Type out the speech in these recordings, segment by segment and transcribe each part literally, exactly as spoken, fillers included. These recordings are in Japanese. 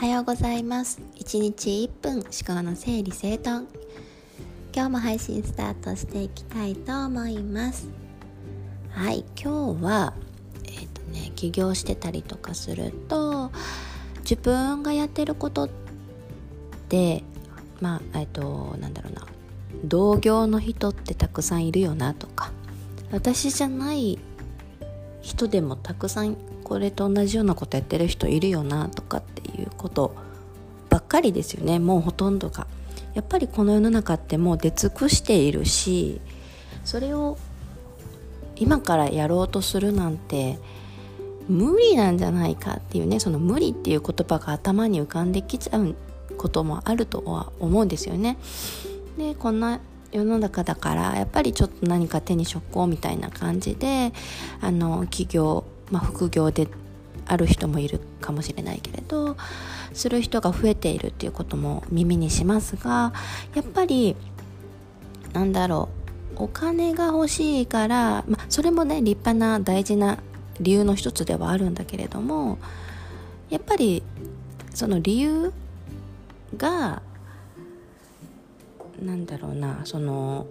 ようございます。いちにちいっぷん思考の整理整頓、今日も配信スタートしていきたいと思います。はい、今日はえっとね起業してたりとかすると、自分がやってることってまあえっとなんだろうな同業の人ってたくさんいるよなとか、私じゃない人でもたくさんこれと同じようなことやってる人いるよなとかっていうことばっかりですよね。もうほとんどがやっぱりこの世の中ってもう出尽くしているし、それを今からやろうとするなんて無理なんじゃないかっていうね、その無理っていう言葉が頭に浮かんできちゃうこともあるとは思うんですよね。でこんな世の中だからやっぱりちょっと何か手に職こうみたいな感じであの起業、まあ、副業である人もいるかもしれないけれどする人が増えているっていうことも耳にしますが、やっぱりなんだろうお金が欲しいから、まあ、それもね立派な大事な理由の一つではあるんだけれども、やっぱりその理由がなんだろうなその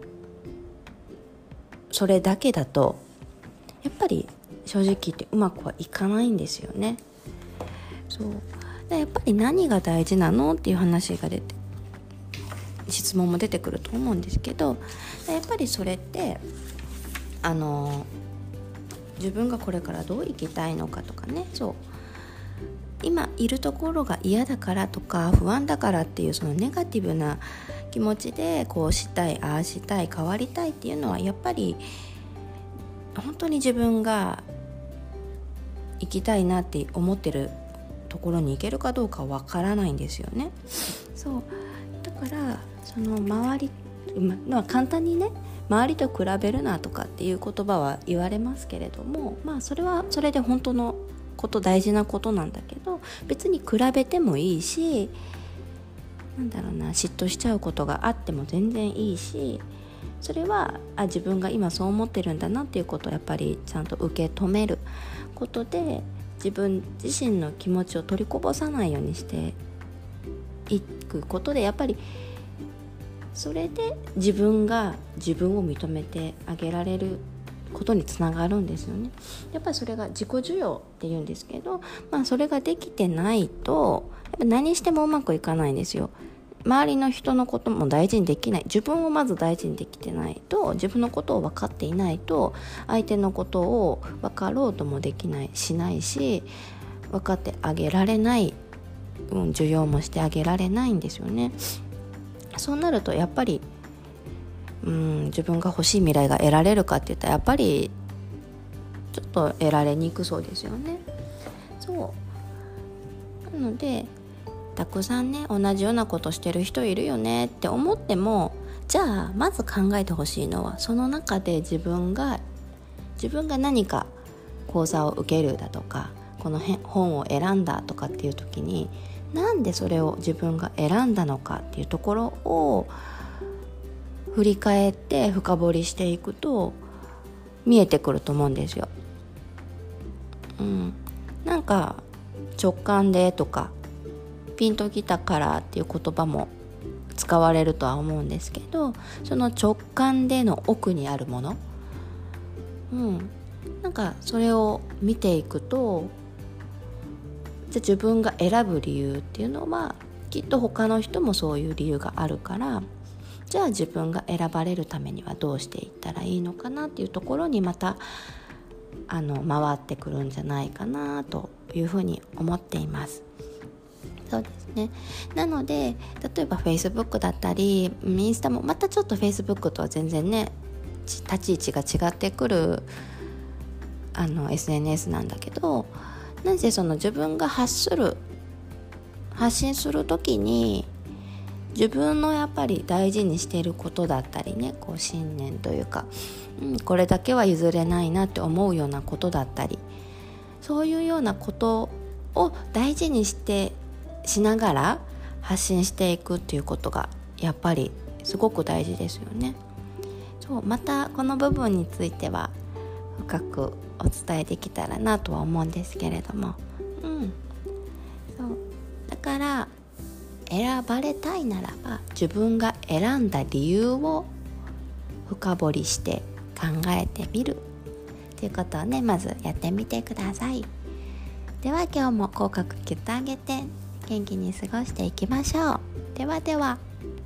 それだけだとやっぱり正直言ってうまくはいかないんですよね。そうでやっぱり何が大事なのっていう話が出て質問も出てくると思うんですけど、やっぱりそれってあの自分がこれからどう生きたいのかとかね、そう今いるところが嫌だからとか不安だからっていうそのネガティブな気持ちでこうしたいああしたい変わりたいっていうのはやっぱり本当に自分が行きたいなって思ってるところに行けるかどうかわからないんですよね。そうだからその周り、まあ、簡単にね周りと比べるなとかっていう言葉は言われますけれども、まあそれはそれで本当のこと大事なことなんだけど、別に比べてもいいしなんだろうな嫉妬しちゃうことがあっても全然いいし、それはあ自分が今そう思ってるんだなっていうことをやっぱりちゃんと受け止めることで自分自身の気持ちを取りこぼさないようにしていくことで、やっぱりそれで自分が自分を認めてあげられることにつながるんですよね。やっぱりそれが自己需要って言うんですけど、まあそれができてないとやっぱ何してもうまくいかないんですよ。周りの人のことも大事にできない、自分をまず大事にできてないと、自分のことを分かっていないと相手のことを分かろうともできないしないし分かってあげられない、うん、需要もしてあげられないんですよね。そうなるとやっぱりうん自分が欲しい未来が得られるかって言ったらやっぱりちょっと得られにくそうですよね。そうなのでたくさんね同じようなことしてる人いるよねって思っても、じゃあまず考えてほしいのはその中で自分が自分が何か講座を受けるだとかこの本を選んだとかっていう時になんでそれを自分が選んだのかっていうところを振り返って深掘りしていくと見えてくると思うんですよ。うん、なんか直感でとかピンときたからっていう言葉も使われるとは思うんですけど、その直感での奥にあるもの、うん、なんかそれを見ていくとじゃあ自分が選ぶ理由っていうのはきっと他の人もそういう理由があるから、じゃあ自分が選ばれるためにはどうしていったらいいのかなっていうところにまたあの回ってくるんじゃないかなというふうに思っています。そうですね。なので例えば Facebook だったりインスタもまたちょっと Facebook とは全然ね立ち位置が違ってくるあの エスエヌエス なんだけど、なぜその自分が発する発信するときに自分のやっぱり大事にしていることだったりね、こう信念というか、うん、これだけは譲れないなって思うようなことだったり、そういうようなことを大事にしてしながら発信していくっていうことがやっぱりすごく大事ですよね。そうまたこの部分については深くお伝えできたらなとは思うんですけれども、うん、そうだかから選ばれたいならば、自分が選んだ理由を深掘りして考えてみるということをね、まずやってみてください。では今日も口角キュッと上げて元気に過ごしていきましょう。ではでは。